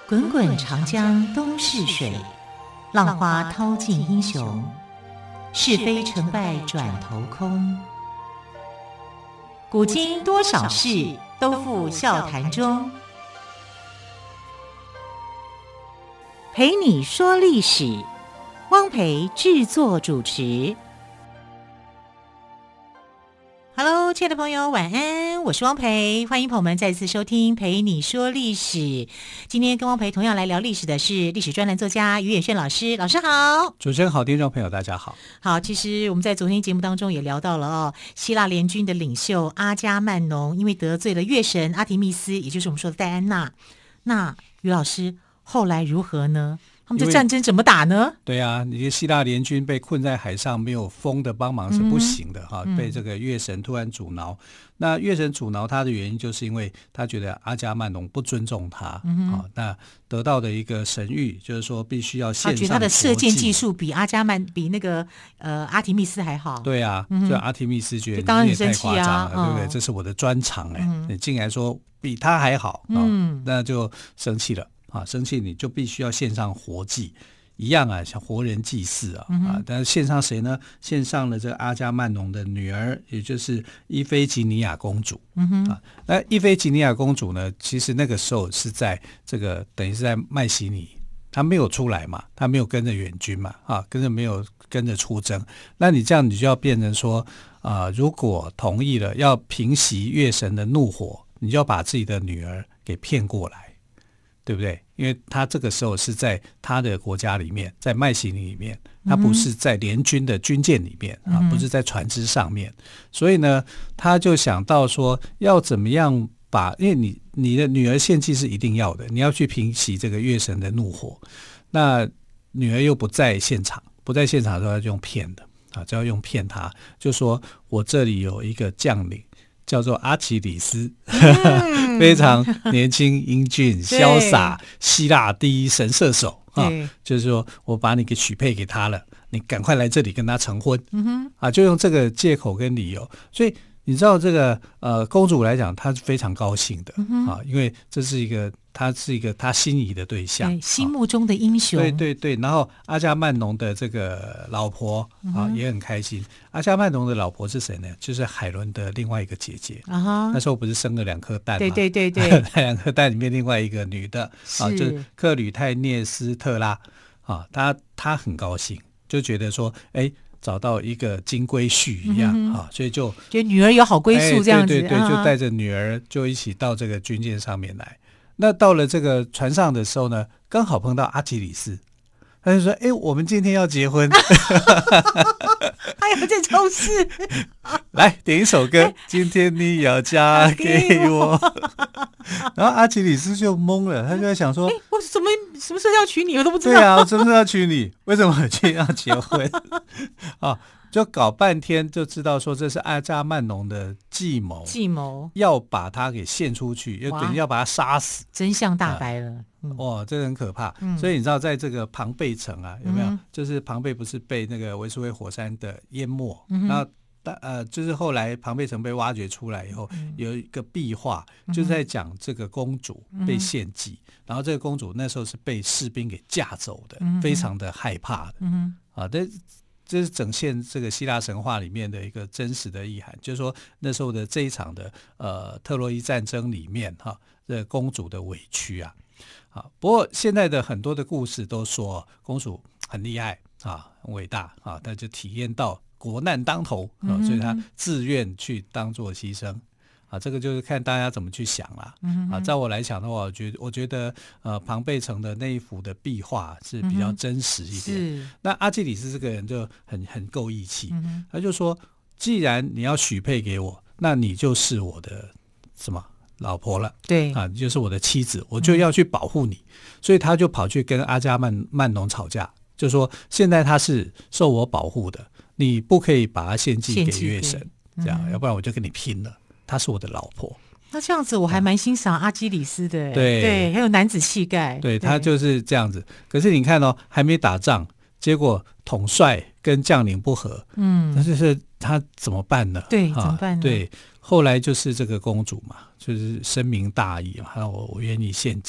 滚滚长江东逝水，浪花淘尽英雄。是非成败转头空。古今多少事，都付笑谈中。陪你说历史，汪培制作主持。Hello， 亲爱的朋友，晚安，我是汪培，欢迎朋友们再次收听陪你说历史。今天跟汪培同样来聊历史的是历史专栏作家于远炫老师，老师好。 主持人好，听众朋友大家好。 好，其实我们在昨天节目当中也聊到了希腊联军的领袖阿伽曼农因为得罪了月神阿提密斯，也就是我们说的戴安娜。那于老师后来如何呢？他们这战争怎么打呢？ 对啊，你的希腊联军被困在海上，没有风的帮忙是不行的哈，被这个月神突然阻挠。那月神阻挠他的原因，就是因为他觉得阿伽曼农不尊重他，那得到的一个神谕就是说必须要献上。他觉得他的射箭技术比那个阿提密斯还好。 对啊，所以阿提密斯觉得你也太夸张了，对不对？这是我的专长你竟然说比他还好，那就生气了。生气你就必须要献上活祭，一样像活人祭祀但是献上谁呢？献上了这个阿伽曼农的女儿，也就是伊菲吉尼亚公主。那伊菲吉尼亚公主呢，其实那个时候是在这个等于是在麦西尼，她没有出来嘛，她没有跟着远军嘛，没有跟着出征。那你这样你就要变成说如果同意了要平息月神的怒火，你就要把自己的女儿给骗过来。对不对？因为他这个时候是在他的国家里面，在麦西尼里面，他不是在联军的军舰里面不是在船只上面，所以呢，他就想到说要怎么样把，因为你的女儿献祭是一定要的，你要去平息这个月神的怒火，那女儿又不在现场的时候要用骗的就要用骗他，就说我这里有一个将领。叫做阿奇里斯，非常年轻英俊潇洒，希腊第一神射手就是说我把你给许配给他了，你赶快来这里跟他成婚就用这个借口跟理由。所以你知道这个公主来讲，她是非常高兴的因为这是一个她心仪的对象， 对，心目中的英雄。 对对对，然后阿伽曼农的这个老婆也很开心。阿伽曼农的老婆是谁呢？就是海伦的另外一个姐姐那时候不是生了2颗蛋吗？ 对对对对 2颗蛋里面另外一个女的就是克吕泰涅斯特拉她很高兴，就觉得说找到一个金龟婿一样所以就觉得女儿有好归宿这样子。 对对对，就带着女儿就一起到这个军舰上面来。那到了这个船上的时候呢，刚好碰到阿基里斯，他就说我们今天要结婚还有这种事来点一首歌今天你要嫁给我然后阿基里斯就懵了，他就在想说我什么时候要娶你我都不知道。 对啊，我什么时候要娶你？为什么我今天要结婚就搞半天就知道说这是阿伽曼农的计谋要把他给献出去，又等于要把他杀死， 真相大白了这很可怕所以你知道在这个庞贝城有没有就是庞贝不是被那个维苏威火山的淹没然后就是后来庞贝城被挖掘出来以后有一个壁画就在讲这个公主被献祭然后这个公主那时候是被士兵给架走的非常的害怕的这是整现这个希腊神话里面的一个真实的意涵，就是说那时候的这一场的特洛伊战争里面这公主的委屈不过现在的很多的故事都说公主很厉害很伟大她就体验到国难当头所以她自愿去当做牺牲这个就是看大家怎么去想啦照我来讲的话，我觉得庞贝城的那一幅的壁画是比较真实一点那阿基里斯这个人就很够义气他就说既然你要许配给我，那你就是我的什么老婆了， 对你就是我的妻子，我就要去保护你所以他就跑去跟阿伽曼农吵架，就说现在他是受我保护的，你不可以把他献祭给月神这样要不然我就跟你拼了，她是我的老婆。 那这样子我还蛮欣赏阿基里斯的对， 很有男子气概。 对，他就是这样子。可是你看还没打仗，结果统帅跟将领不和那就是他怎么办呢？ 对怎么办呢？ 对，后来就是这个公主嘛，就是深明大义嘛，我愿意献祭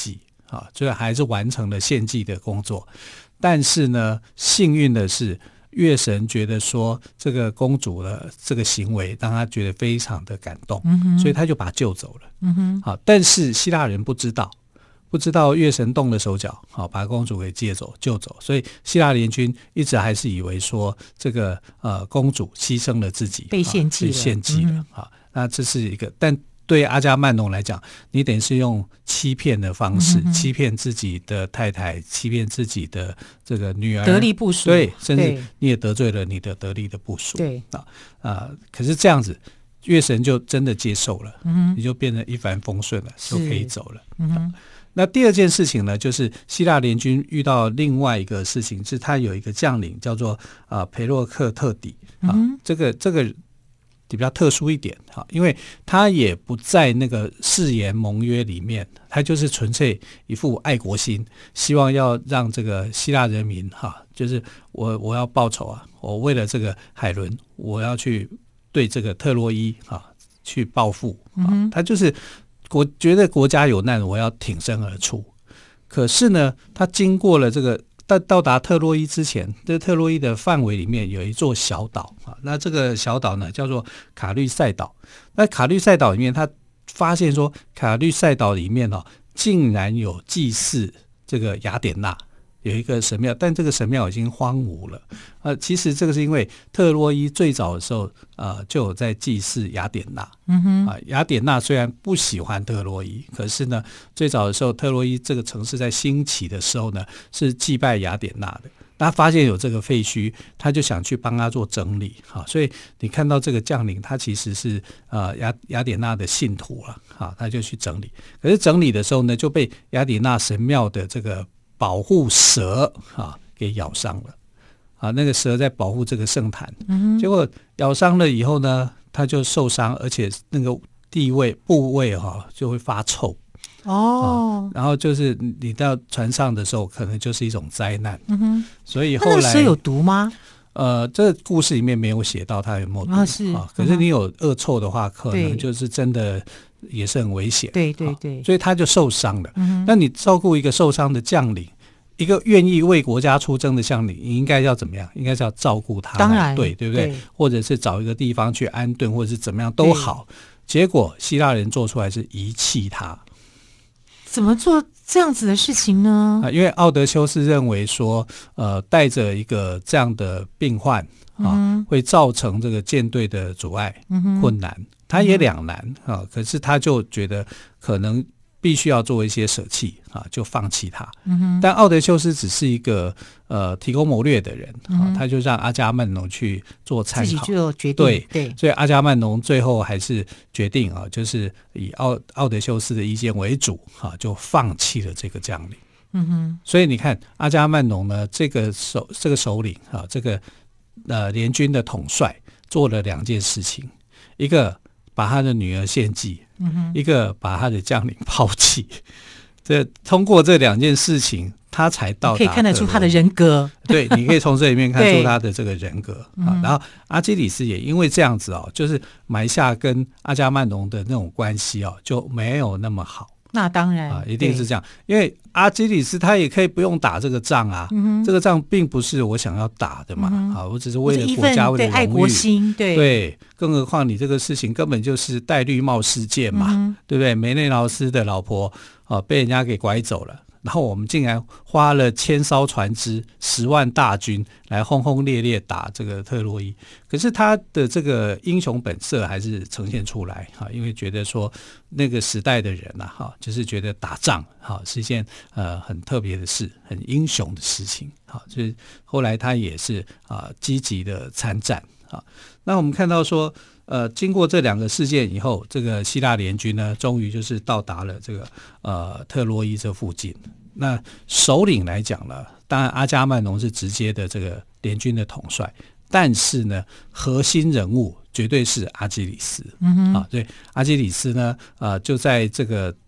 啊，所以还是完成了献祭的工作。但是呢，幸运的是，月神觉得说这个公主的这个行为让他觉得非常的感动，所以他就把她救走了。好，但是希腊人不知道月神动了手脚，好把公主给救走，所以希腊联军一直还是以为说这个公主牺牲了自己， 被献祭了。 好，那这是一个，但对阿伽曼农来讲，你等于是用欺骗的方式，欺骗自己的太太，欺骗自己的这个女儿， 得力部属， 对，甚至你也得罪了你的得力的部属， 对可是这样子，月神就真的接受了，你就变成一帆风顺了，就可以走了。那第二件事情呢，就是希腊联军遇到另外一个事情，是他有一个将领叫做培洛克特底这个比较特殊一点，因为他也不在那个誓言盟约里面，他就是纯粹一副爱国心，希望要让这个希腊人民就是我要报仇啊，我为了这个海伦，我要去对这个特洛伊去报复他就是觉得国家有难，我要挺身而出。可是呢，他经过了这个到达特洛伊之前，这特洛伊的范围里面有一座小岛那这个小岛呢叫做卡律塞岛。那卡律塞岛里面，他发现说卡律塞岛里面竟然有祭祀这个雅典娜，有一个神庙，但这个神庙已经荒芜了。其实这个是因为特洛伊最早的时候就有在祭祀雅典娜。雅典娜虽然不喜欢特洛伊，可是呢，最早的时候特洛伊这个城市在兴起的时候呢，是祭拜雅典娜的。他发现有这个废墟，他就想去帮他做整理。所以你看到这个将领，他其实是雅典娜的信徒了。他就去整理，可是整理的时候呢，就被雅典娜神庙的这个保护蛇给咬伤了。那个蛇在保护这个圣坛，结果咬伤了以后呢，他就受伤，而且那个部位就会发臭。然后就是你到船上的时候，可能就是一种灾难。所以后来那个蛇有毒吗？ 这个故事里面没有写到它有没有毒可是你有恶臭的话，可能就是真的也是很危险。 对， 所以他就受伤了。那你照顾一个受伤的将领，一个愿意为国家出征的将领，你应该要怎么样？应该是要照顾他， 当然对不对？或者是找一个地方去安顿，或者是怎么样都好。结果希腊人做出来是遗弃他。 怎么做这样子的事情呢？ 因为奥德修斯认为说，带着一个这样的病患会造成这个舰队的阻碍、困难，他也两难可是他就觉得可能必须要做一些舍弃就放弃他。但奥德修斯只是一个提供谋略的人他就让阿伽曼农去做参考， 自己就决定。对， 所以阿伽曼农最后还是决定就是以奥德修斯的意见为主就放弃了这个将领。所以你看阿伽曼农呢，这个首领这个联军的统帅做了两件事情，一个把他的女儿献祭，一个把他的将领抛弃。通过这两件事情，他才到达， 可以看得出他的人格。 对，你可以从这里面看出他的这个人格然后阿基里斯也因为这样子就是埋下跟阿伽曼农的那种关系就没有那么好。 那当然一定是这样，因为阿基里斯他也可以不用打这个仗这个仗并不是我想要打的嘛我只是为了国家，为了荣誉， 爱国心。 对，更何况你这个事情根本就是戴绿帽事件嘛对不对？梅内劳斯的老婆被人家给拐走了，然后我们竟然花了1000艘船只、10万大军来轰轰烈烈打这个特洛伊。可是他的这个英雄本色还是呈现出来因为觉得说那个时代的人就是觉得打仗是一件很特别的事，很英雄的事情就是后来他也是积极的参战那我们看到说经过这两个事件以后，这个希腊联军呢，终于就是到达了这个特洛伊这附近。那首领来讲呢，当然阿伽曼农是直接的这个联军的统帅，但是呢，核心人物绝对是阿基里斯所以阿基里斯呢就在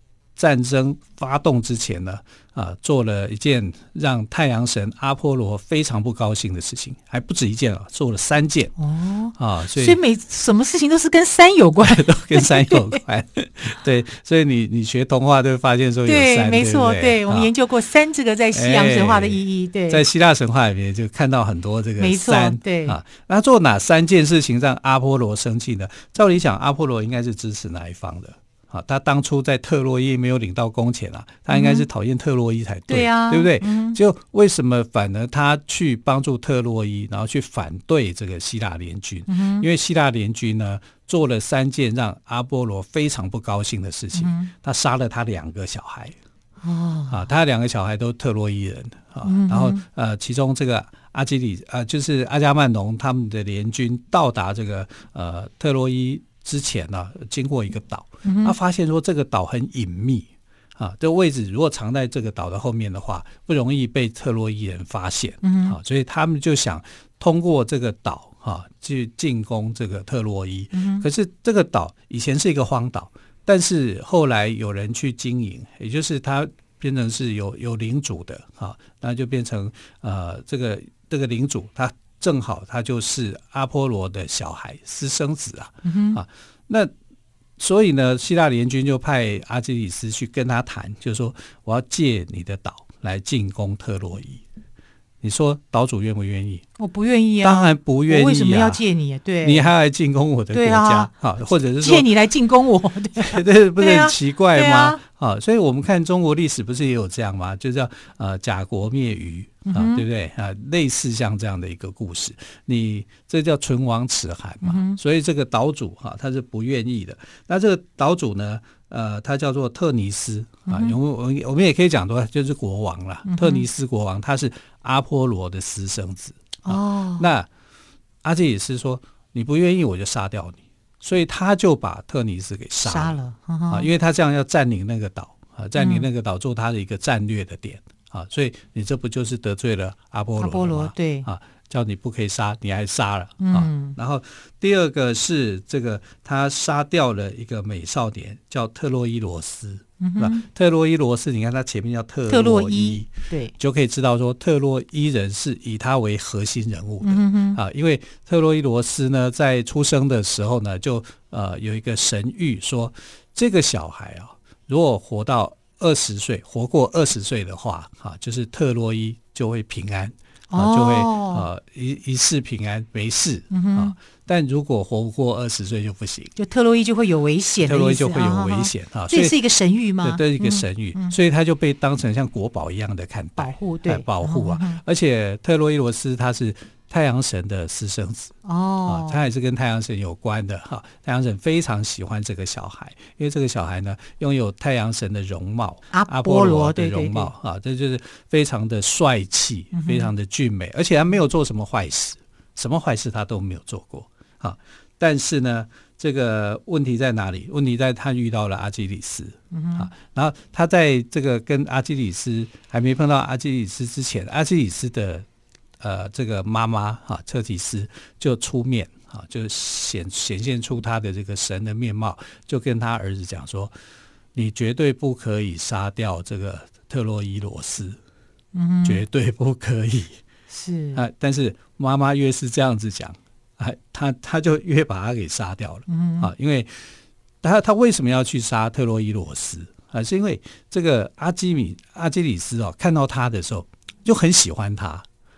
战争发动之前呢，做了一件让太阳神阿波罗非常不高兴的事情，还不止一件做了3件。所以什么事情都是跟山有关， 都跟山有关。对，所以你学童话都会发现说有山， 对，没错，对，我们研究过山这个在西洋神话的意义。对， 在希腊神话里面就看到很多这个山。 对那做哪3件事情让阿波罗生气呢？照理讲，阿波罗应该是支持哪一方的？他当初在特洛伊没有领到工钱他应该是讨厌特洛伊才对，对不对？就为什么反而他去帮助特洛伊，然后去反对这个希腊联军？因为希腊联军呢做了3件让阿波罗非常不高兴的事情。他杀了他2个小孩。他2个小孩都特洛伊人。然后其中这个就是阿伽曼农他们的联军到达这个特洛伊之前经过一个岛，他发现说这个岛很隐秘这个位置如果藏在这个岛的后面的话，不容易被特洛伊人发现。所以他们就想通过这个岛去进攻这个特洛伊。可是这个岛以前是一个荒岛，但是后来有人去经营，也就是它变成是有领主的那就变成这个领主他正好他就是阿波罗的小孩私生子那所以呢，希腊联军就派阿基里斯去跟他谈，就是说我要借你的岛来进攻特洛伊。你说岛主愿不愿意？ 我不愿意当然不愿意我为什么要借你？对， 你还来进攻我的国家或者是说借你来进攻我， 对，不是很奇怪吗？所以我们看中国历史不是也有这样吗？就叫甲国灭虞对不对类似像这样的一个故事，这叫唇亡齿寒嘛。所以这个岛主他是不愿意的。那这个岛主呢他叫做特尼斯我们也可以讲说就是国王啦。特尼斯国王他是阿波罗的私生子。那阿基里斯说你不愿意我就杀掉你，所以他就把特尼斯给杀了因为他这样要占领那个岛占领那个岛做他的一个战略的点所以你这不就是得罪了阿波罗吗？ 对叫你不可以杀你还杀了然后第二个是这个他杀掉了一个美少年叫特洛伊罗斯。特洛伊罗斯你看他前面叫特洛伊， 对， 就可以知道说特洛伊人是以他为核心人物的因为特洛伊罗斯呢在出生的时候呢就有一个神谕说这个小孩如果活到20岁，活过20岁的话就是特洛伊就会平安就会一世平安没事但如果活不过20岁就不行， 就特洛伊就会有危险的意思。 特洛伊就会有危险这是一个神谕吗？ 对，这是一个神谕所以他就被当成像国宝一样的看待，保护而且特洛伊罗斯他是太阳神的私生子他也是跟太阳神有关的太阳神非常喜欢这个小孩，因为这个小孩呢拥有太阳神的容貌，阿波罗的容貌这就是非常的帅气非常的俊美，而且他没有做什么坏事，什么坏事他都没有做过但是呢这个问题在哪里？问题在他遇到了阿基里斯然后他在这个跟阿基里斯还没碰到阿基里斯之前，阿基里斯的这个妈妈特提斯就出面就显现出他的这个神的面貌，就跟他儿子讲说你绝对不可以杀掉这个特洛伊罗斯绝对不可以是但是妈妈越是这样子讲他就越把他给杀掉了因为他为什么要去杀特洛伊罗斯是因为这个阿基里斯看到他的时候就很喜欢他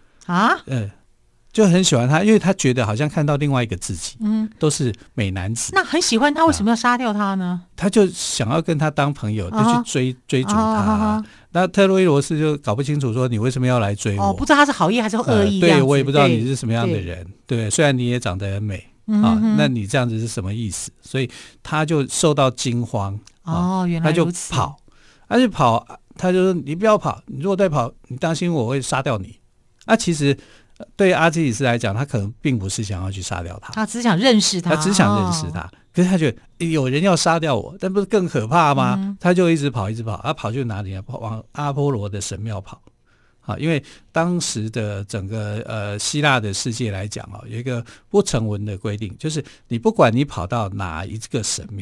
就很喜欢他，因为他觉得好像看到另外一个自己都是美男子。 那很喜欢他为什么要杀掉他呢？ 他就想要跟他当朋友就去追逐他那特洛伊罗斯就搞不清楚说你为什么要来追我不知道他是好意还是恶意对，我也不知道你是什么样的人对，虽然你也长得很美那你这样子是什么意思？所以他就受到惊慌原来如此， 他就跑他就说你不要跑，你如果再跑你担心我会杀掉你其实对阿基里斯来讲他可能并不是想要去杀掉他， 他只想认识他， 可是他觉得有人要杀掉我，但不是更可怕吗他就一直跑他跑去哪里往阿波罗的神庙跑因为当时的整个希腊的世界来讲有一个不成文的规定，就是你不管你跑到哪一个神庙，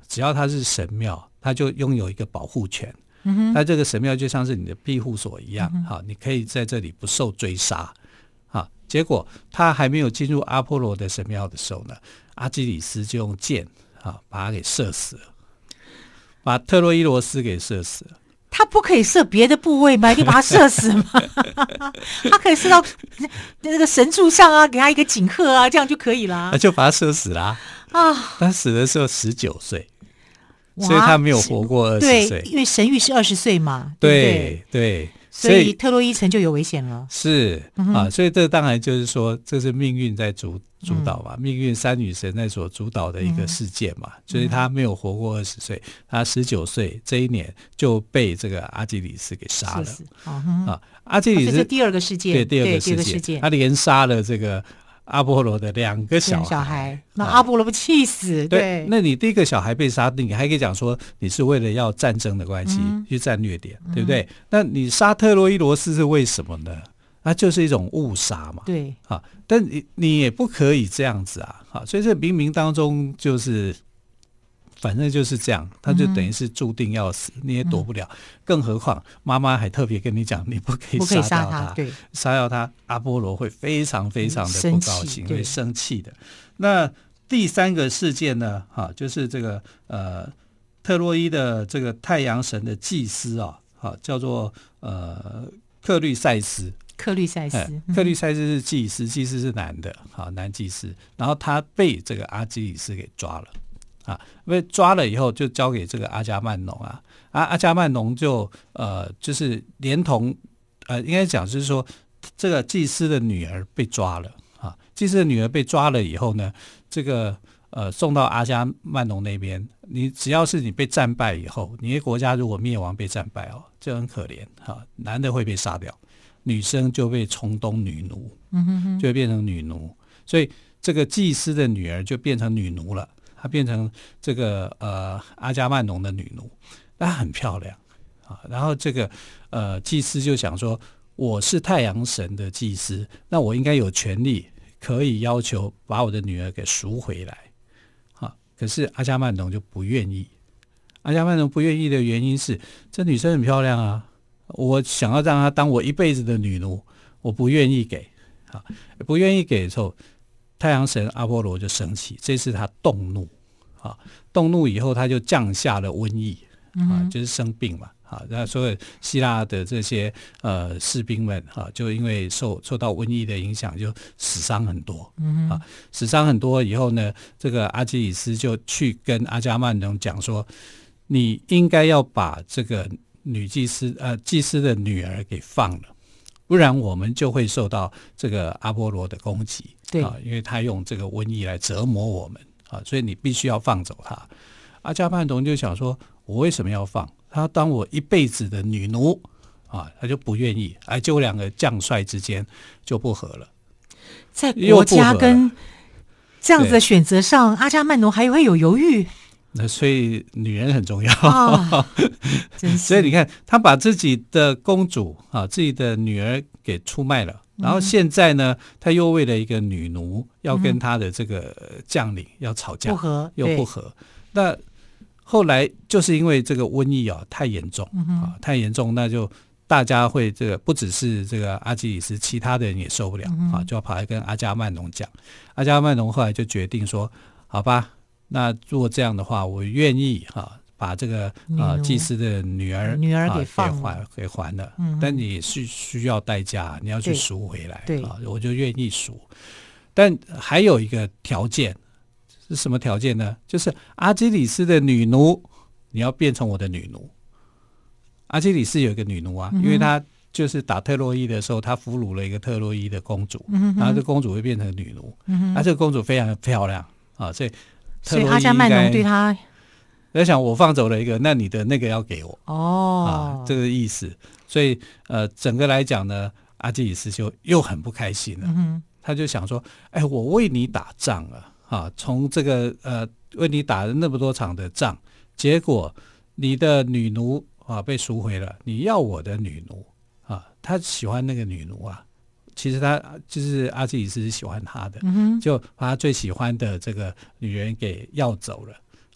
只要它是神庙，它就拥有一个保护权。它这个神庙就像是你的庇护所一样，你可以在这里不受追杀。结果他还没有进入阿波罗的神庙的时候呢，阿基里斯就用箭把他给射死了，把特洛伊罗斯给射死了。 他不可以射别的部位吗？一定把他射死吗？他可以射到那个神柱上啊，给他一个锦鹤啊，这样就可以了。 那就把他射死了他死的时候19岁，所以他没有活过20岁。 对，因为神谕是20岁嘛。 对对。 所以特洛伊城就有危险了。 是所以这当然就是说，这是命运在主导嘛，命运三女神在所主导的一个事件嘛。所以他没有活过20岁，他19岁这一年就被这个阿基里斯给杀了。阿基里斯这是第二个事件， 对，第二个事件，他连杀了这个阿波罗的2个小孩， 那阿波罗不气死？对， 那你第一个小孩被杀，你还可以讲说你是为了要战争的关系去战略点，对不对？那你杀特洛伊罗斯是为什么呢？那就是一种误杀嘛。 对但你也不可以这样子所以这冥冥当中就是反正就是这样，他就等于是注定要死，你也躲不了。更何况妈妈还特别跟你讲，你不可以杀掉他， 对， 杀掉他，阿波罗会非常非常的不高兴，会生气的。那第3个事件呢，就是这个特洛伊的这个太阳神的祭司叫做克律塞斯。克律塞斯是祭司，祭司是男的，男祭司。然后他被这个阿基里斯给抓了。被抓了以后就交给这个阿伽曼农阿伽曼农就是连同应该讲就是说这个祭司的女儿被抓了祭司的女儿被抓了以后呢，这个送到阿伽曼农那边，你只要是你被战败以后，你的国家如果灭亡被战败就很可怜男的会被杀掉，女生就被充当女奴，就会变成女奴，所以这个祭司的女儿就变成女奴了。她变成这个阿伽曼农的女奴，她很漂亮然后这个祭司就想说，我是太阳神的祭司，那我应该有权利可以要求把我的女儿给赎回来可是阿伽曼农就不愿意。阿伽曼农不愿意的原因是，这女生很漂亮我想要让她当我一辈子的女奴，我不愿意给不愿意给的时候，太阳神阿波罗就生气，这次他动怒动怒以后他就降下了瘟疫就是生病嘛那所有希腊的这些士兵们就因为受到瘟疫的影响，就死伤很多死伤很多以后呢，这个阿基里斯就去跟阿伽曼农讲说，你应该要把这个女祭司的女儿给放了，不然我们就会受到这个阿波罗的攻击。 对因为他用这个瘟疫来折磨我们所以你必须要放走他。阿伽曼农就想说，我为什么要放他？要当我一辈子的女奴他就不愿意。结果2个将帅之间就不和了， 在国家跟这样子的选择上，阿伽曼农还会有犹豫。 那所以女人很重要所以你看，他把自己的公主自己的女儿给出卖了，然后现在呢，他又为了一个女奴要跟他的这个将领要吵架，又不和。那后来就是因为这个瘟疫太严重太严重，那就大家会这个不只是这个阿基里斯，其他的人也受不了就要跑来跟阿伽曼农讲。阿伽曼农后来就决定说，好吧，那如果这样的话，我愿意把这个祭司的女儿给还了但你是需要代价，你要去赎回来我就愿意赎。但还有一个条件是什么条件呢？就是阿基里斯的女奴你要变成我的女奴。阿基里斯有一个女奴因为他就是打特洛伊的时候，他俘虏了一个特洛伊的公主然后这公主会变成女奴这个公主非常漂亮所以阿伽曼农对他在想，我放走了一个，那你的那个要给我这个意思。所以整个来讲呢，阿基里斯就又很不开心了他就想说，我为你打仗从这个为你打了那么多场的仗，结果你的女奴被赎回了，你要我的女奴他喜欢那个女奴其实他就是阿基里斯是喜欢他的就把他最喜欢的这个女人给要走了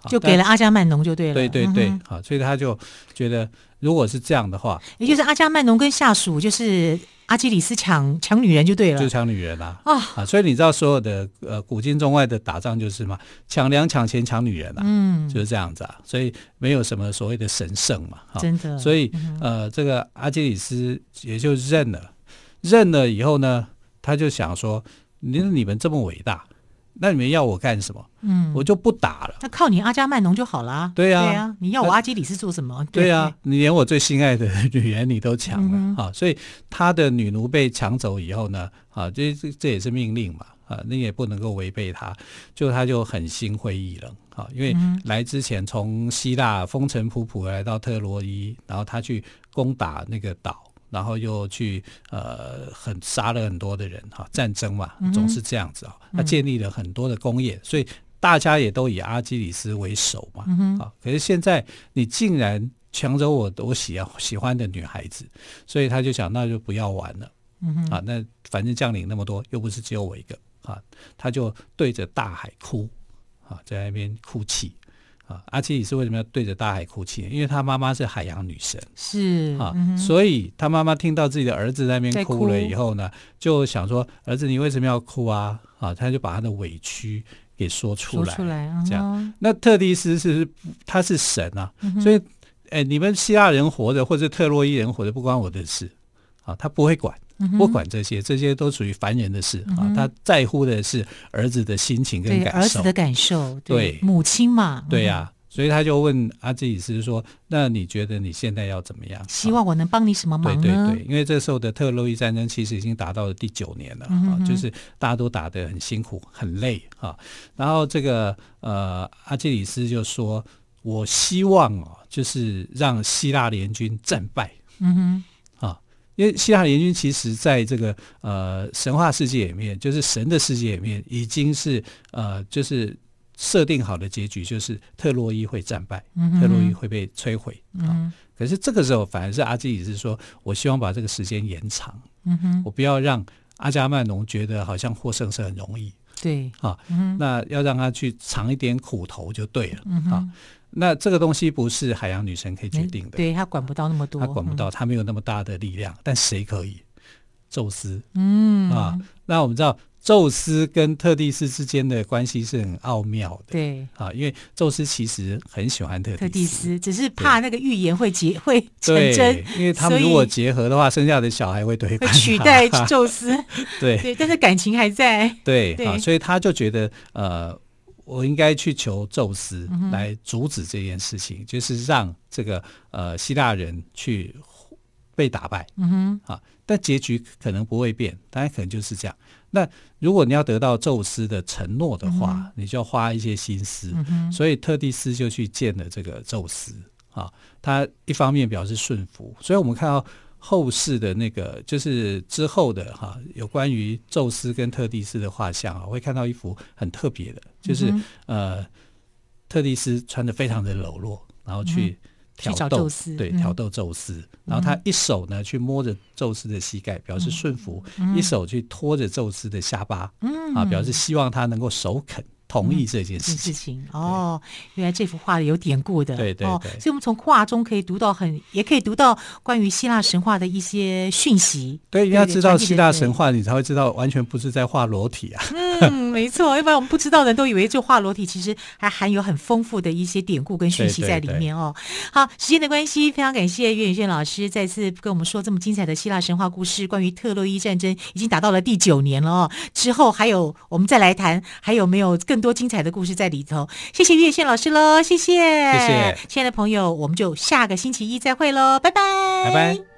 就给了阿伽曼农就对了。 对对对，好，所以他就觉得如果是这样的话， 也就是阿伽曼农跟下属就是阿基里斯抢女人就对了， 就抢女人啊，所以你知道所有的古今中外的打仗就是嘛，抢粮抢钱抢女人就是这样子啊，所以没有什么所谓的神圣嘛， 真的。 所以这个阿基里斯也就认了以后呢，他就想说，你们这么伟大，那你们要我干什么？我就不打了。 那靠你阿伽曼农就好了。 对啊， 你要我阿基里斯做什么？ 对啊，你连我最心爱的女人你都抢了所以他的女奴被抢走以后呢，这也是命令嘛你也不能够违背他，他就很心灰意冷因为来之前从希腊风尘仆仆来到特洛伊，然后他去攻打那个岛。然后又去杀了很多的人战争嘛，总是这样子他建立了很多的工业，所以大家也都以阿基里斯为首嘛可是现在你竟然抢走我喜欢的女孩子，所以他就想那就不要玩了那反正将领那么多，又不是只有我一个他就对着大海哭在那边哭泣。阿基里斯为什么要对着大海哭泣？因为他妈妈是海洋女神， 是所以他妈妈听到自己的儿子在那边哭了以后呢，就想说：“儿子，你为什么要哭啊？”他就把他的委屈给说出来，这样。那特蒂斯他是神所以你们希腊人活着或者特洛伊人活着不关我的事他不会管。不管这些都属于凡人的事他在乎的是儿子的心情跟感受， 儿子的感受， 对母亲嘛， 对呀所以他就问阿基里斯说：“那你觉得你现在要怎么样？ 希望我能帮你什么忙呢？” 对对对，因为这时候的特洛伊战争其实已经打到了第9年了就是大家都打得很辛苦很累然后这个阿基里斯就说：“我希望就是让希腊联军战败。”因为希腊联军其实在这个神话世界里面，就是神的世界里面，已经是就是设定好的结局，就是特洛伊会战败，特洛伊会被摧毁可是这个时候反而是阿基里斯说，我希望把这个时间延长我不要让阿伽曼农觉得好像获胜是很容易， 对那要让他去尝一点苦头就对了那这个东西不是海洋女神可以决定的， 对，他管不到那么多， 他管不到，他没有那么大的力量，但谁可以？宙斯那我们知道宙斯跟特蒂斯之间的关系是很奥妙的， 对因为宙斯其实很喜欢特蒂斯， 只是怕那个预言会成真， 因为他们如果结合的话，生下的小孩会推翻他， 会取代宙斯对， 但是感情还在， 对所以他就觉得我应该去求宙斯来阻止这件事情，就是让这个希腊人去被打败但结局可能不会变，当然可能就是这样。那如果你要得到宙斯的承诺的话你就要花一些心思所以特蒂斯就去见了这个宙斯他一方面表示顺服，所以我们看到后世的那个就是之后的有关于宙斯跟特蒂斯的画像会看到一幅很特别的，就是特蒂斯穿得非常的柔弱，然后去挑逗宙斯， 挑逗宙斯然后他一手呢去摸着宙斯的膝盖表示顺服一手去拖着宙斯的下巴表示希望他能够首肯同意这件事情原来这幅画有典故的， 对，所以我们从画中可以读到也可以读到关于希腊神话的一些讯息。 对，你要知道希腊神话，你才会知道完全不是在画裸体没错，要不然我们不知道的人都以为这画裸体其实还含有很丰富的一些典故跟讯息在里面好，时间的关系，非常感谢岳远炫老师再次跟我们说这么精彩的希腊神话故事，关于特洛伊战争已经达到了第9年了之后还有我们再来谈还有没有更多精彩的故事在里头。谢谢岳远炫老师喽，谢谢，亲爱的朋友，我们就下个星期一再会喽，拜拜， 拜拜。